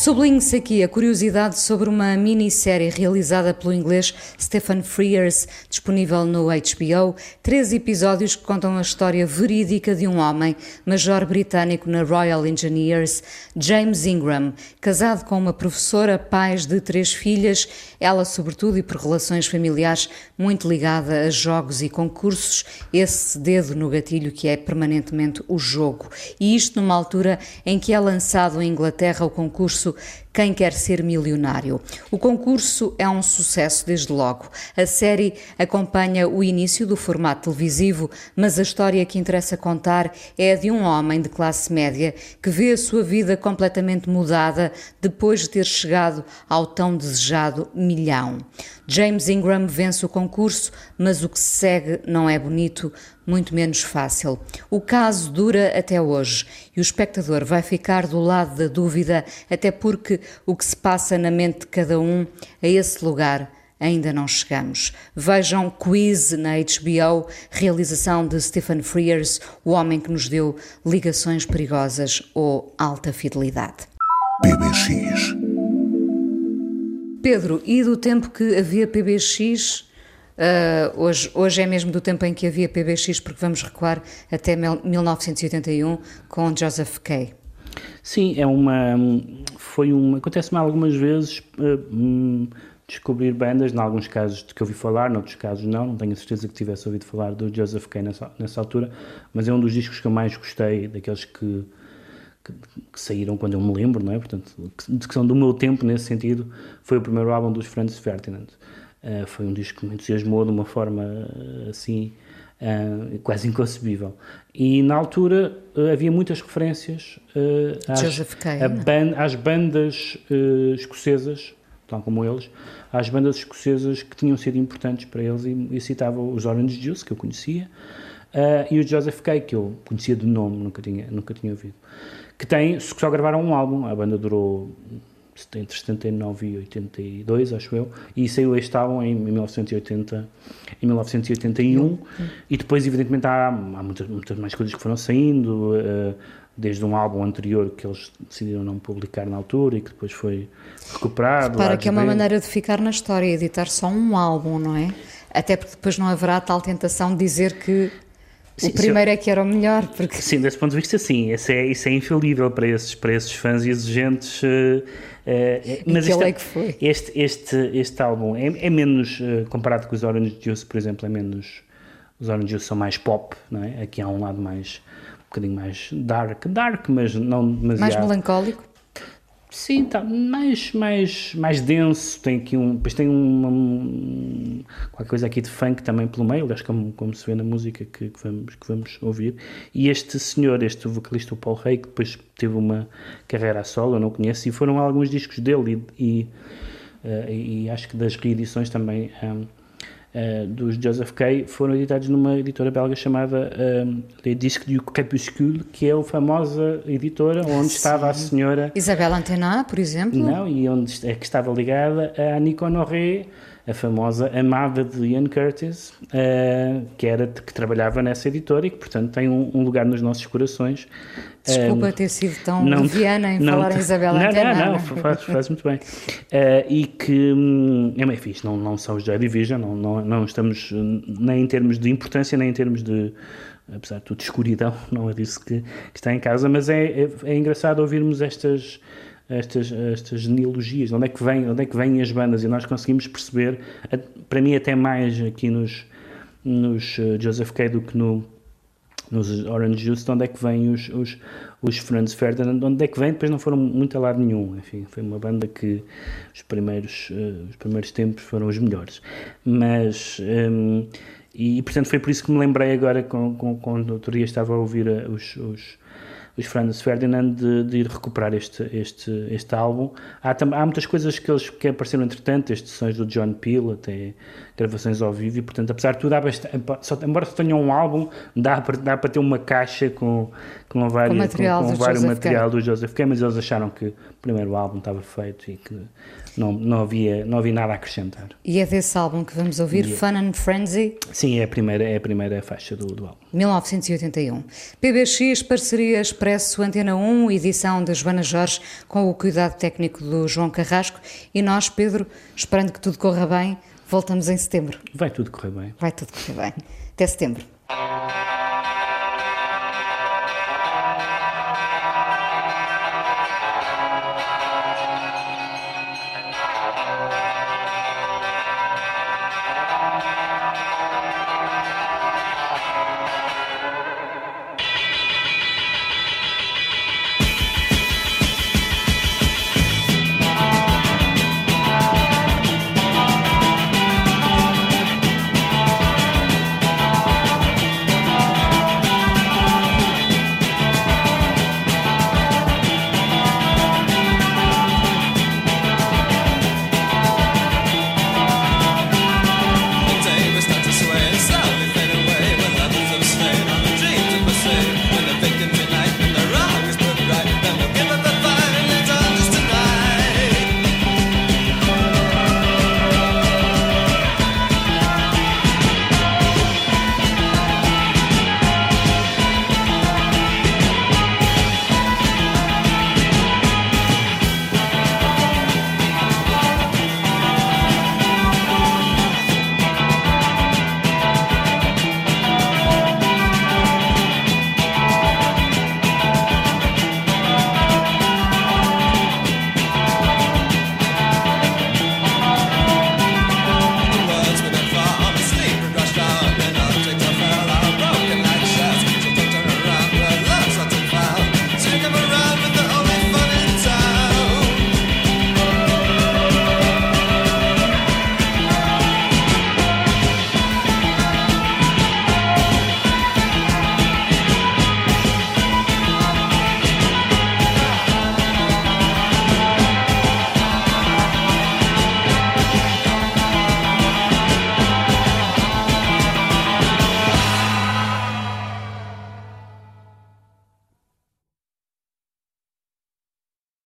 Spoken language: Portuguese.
Sublinhe-se aqui a curiosidade sobre uma minissérie realizada pelo inglês Stephen Frears, disponível no HBO, 13 episódios que contam a história verídica de um homem, major britânico na Royal Engineers, James Ingram, casado com uma professora, pais de 3 filhas, ela sobretudo e por relações familiares muito ligada a jogos e concursos, esse dedo no gatilho que é permanentemente o jogo. E isto numa altura em que é lançado em Inglaterra o concurso Quem Quer Ser Milionário. O concurso é um sucesso desde logo. A série acompanha o início do formato televisivo, mas a história que interessa contar é a de um homem de classe média que vê a sua vida completamente mudada depois de ter chegado ao tão desejado milhão. James Ingram vence o concurso, mas o que se segue não é bonito, muito menos fácil. O caso dura até hoje e o espectador vai ficar do lado da dúvida, até porque o que se passa na mente de cada um, a esse lugar ainda não chegamos. Vejam Quiz na HBO, realização de Stephen Frears, o homem que nos deu Ligações Perigosas ou Alta Fidelidade. PBX. Pedro, e do tempo que havia PBX... hoje é mesmo do tempo em que havia PBX, porque vamos recuar até 1981 com Joseph Kay. Sim, acontece-me algumas vezes descobrir bandas, em alguns casos de que ouvi falar, noutros casos não tenho a certeza que tivesse ouvido falar do Joseph Kay nessa altura, mas é um dos discos que eu mais gostei, daqueles que saíram quando eu me lembro, não é? Portanto, que são do meu tempo nesse sentido. Foi o primeiro álbum dos Franz Ferdinand. Foi um disco que me entusiasmou de uma forma assim quase inconcebível. E na altura havia muitas referências às bandas escocesas, tal como eles, às bandas escocesas que tinham sido importantes para eles, e citava os Orange Juice, que eu conhecia, e o Joseph Kay, que eu conhecia de nome, nunca tinha ouvido, que só gravaram um álbum. A banda durou entre 79 e 82, acho eu, e saiu este álbum em 1981, e depois evidentemente há muitas mais coisas que foram saindo, desde um álbum anterior que eles decidiram não publicar na altura e que depois foi recuperado. Para que é uma maneira de ficar na história, editar só um álbum, não é? Até porque depois não haverá tal tentação de dizer que o primeiro é que era o melhor. Porque... Sim, desse ponto de vista, sim, isso é infalível para esses fãs exigentes. Mas é que foi. Este álbum é menos, comparado com os Orange Juice, por exemplo, é menos. Os Orange Juice são mais pop, não é? Aqui há um lado mais, um bocadinho mais dark, mas não demasiado. Mais melancólico? Sim, tá, mais denso. Tem aqui depois tem qualquer coisa aqui de funk também pelo meio, aliás, como se vê na música que vamos ouvir. E este senhor, este vocalista, o Paul Hay, que depois teve uma carreira a solo, eu não conheço, e foram alguns discos dele e acho que das reedições também dos Joseph Kay foram editados numa editora belga chamada Les Disques du Crépuscule, que é a famosa editora onde estava a senhora Isabelle Antenat, por exemplo. Não, e onde que estava ligada a Annick Honoré, a famosa amada de Ian Curtis, que trabalhava nessa editora e que, portanto, tem um lugar nos nossos corações. Desculpa ter sido tão leviana em falar em Isabelle Antenat. Não, faz muito bem. E que é bem fixe, não são os Joy Division, não estamos nem em termos de importância, nem em termos de, apesar de tudo, escuridão, não é disso que está em casa, mas é engraçado ouvirmos estas genealogias, onde é que vêm as bandas, e nós conseguimos perceber, para mim até mais aqui nos Joseph Kay do que nos Orange Juice, de onde é que vêm os Franz Ferdinand, onde é que vêm, depois não foram muito a lado nenhum, enfim, foi uma banda que os primeiros tempos foram os melhores, mas e portanto foi por isso que me lembrei agora, quando outro dia estava a ouvir os Franz Ferdinand, de ir recuperar este álbum. Há muitas coisas que apareceram entretanto, estes sons do John Peel, até gravações ao vivo, e portanto, apesar de tudo, embora só tenham um álbum, dá para ter uma caixa com com vários material do Joseph K, mas eles acharam que o primeiro álbum estava feito e que não havia nada a acrescentar. E é desse álbum que vamos ouvir Fun and Frenzy? Sim, é a primeira faixa do álbum. 1981. PBX, parceria Expresso Antena 1, edição de Joana Jorge, com o cuidado técnico do João Carrasco. E nós, Pedro, esperando que tudo corra bem, voltamos em setembro. Vai tudo correr bem. Vai tudo correr bem. Até setembro.